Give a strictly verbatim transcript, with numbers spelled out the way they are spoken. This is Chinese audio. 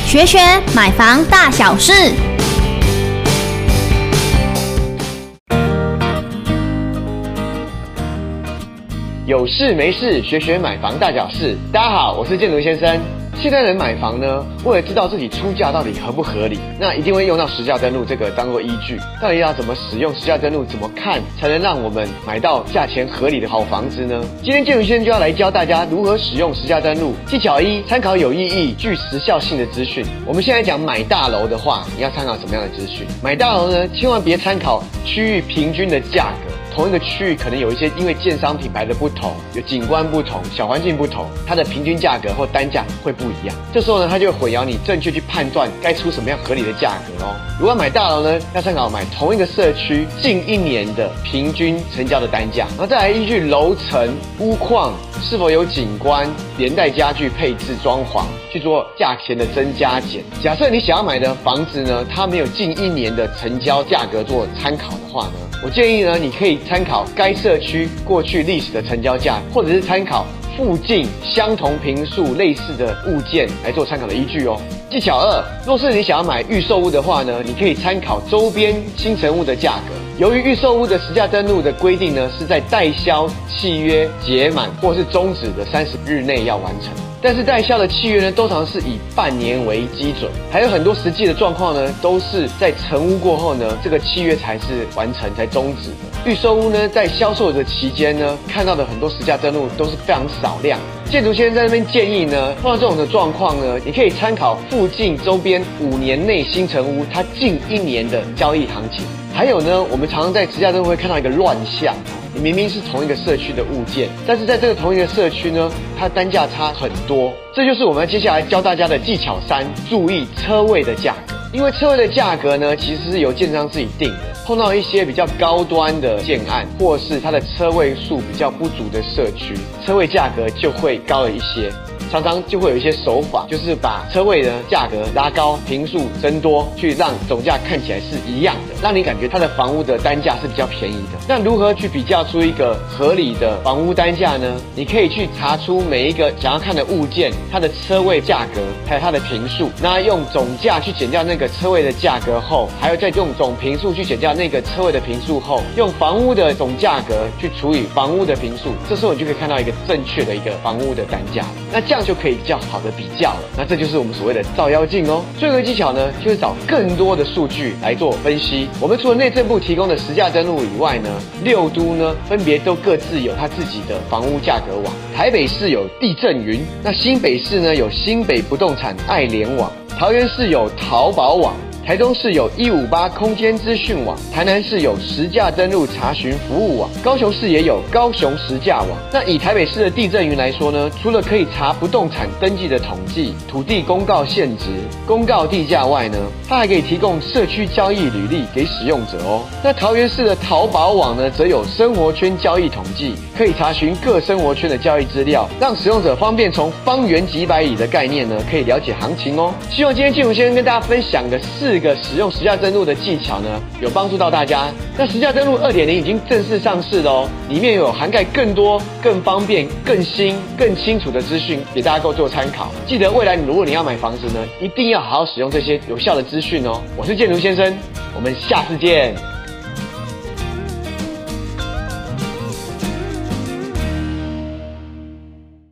学学买房大小事。 有事没事，学学买房大小事。大家好，我是建筑先生。现在人买房呢，为了知道自己出价到底合不合理，那一定会用到实价登录这个当做依据。到底要怎么使用实价登录，怎么看才能让我们买到价钱合理的好房子呢？今天建筑先生就要来教大家如何使用实价登录。技巧一：参考有意义、具时效性的资讯。我们现在讲买大楼的话，你要参考什么样的资讯？买大楼呢，千万别参考区域平均的价格。同一个区域可能有一些因为建商品牌的不同，有景观不同、小环境不同，它的平均价格或单价会不一样。这时候呢，它就会混淆你正确去判断该出什么样合理的价格哦。如果要买大楼呢，要参考买同一个社区近一年的平均成交的单价，然后再来依据楼层、屋况是否有景观、连带家具配置、装潢去做价钱的增加减。假设你想要买的房子呢，它没有近一年的成交价格做参考的话呢，我建议呢，你可以参考该社区过去历史的成交价，或者是参考附近相同坪数类似的物件来做参考的依据哦。技巧二：若是你想要买预售屋的话呢，你可以参考周边新成屋的价格。由于预售屋的实价登录的规定呢，是在代销契约解满或是终止的三十日内要完成。但是代销的契约呢，通常是以半年为基准，还有很多实际的状况呢，都是在成屋过后呢，这个契约才是完成才终止的。预售屋呢，在销售的期间呢，看到的很多实价登录都是非常少量。建筑先生在那边建议呢，碰到这种的状况呢，你可以参考附近周边五年内新成屋它近一年的交易行情。还有呢，我们常常在实价登录会看到一个乱象。你明明是同一个社区的物件，但是在这个同一个社区呢，它单价差很多。这就是我们接下来教大家的技巧三：注意车位的价格。因为车位的价格呢，其实是由建商自己定的。碰到一些比较高端的建案，或是它的车位数比较不足的社区，车位价格就会高了一些。常常就会有一些手法，就是把车位的价格拉高，坪数增多，去让总价看起来是一样的，让你感觉它的房屋的单价是比较便宜的。那如何去比较出一个合理的房屋单价呢？你可以去查出每一个想要看的物件，它的车位价格，还有它的坪数，那用总价去减掉那个车位的价格后，还有再用总坪数去减掉那个车位的坪数后，用房屋的总价格去除以房屋的坪数，这时候你就可以看到一个正确的一个房屋的单价了。那这样就可以比较好的比较了。那这就是我们所谓的照妖镜哦。最后一个技巧呢，就是找更多的数据来做分析。我们除了内政部提供的实价登录以外呢，六都呢分别都各自有它自己的房屋价格网。台北市有地政云，那新北市呢有新北不动产爱联网，桃园市有淘宝网。台中市有一五八空间资讯网，台南市有实价登录查询服务网，高雄市也有高雄实价网。那以台北市的地政云来说呢，除了可以查不动产登记的统计、土地公告现值、公告地价外呢，它还可以提供社区交易履历给使用者哦。那桃园市的淘宝网呢，则有生活圈交易统计，可以查询各生活圈的交易资料，让使用者方便从方圆几百里的概念呢，可以了解行情哦。希望今天建筑先生跟大家分享的四个使用实价登录的技巧呢，有帮助到大家。那实价登录 二点零 已经正式上市了哦，里面有涵盖更多、更方便、更新、更清楚的资讯，给大家够做参考。记得未来如果你要买房子呢，一定要好好使用这些有效的资讯哦。我是建筑先生，我们下次见。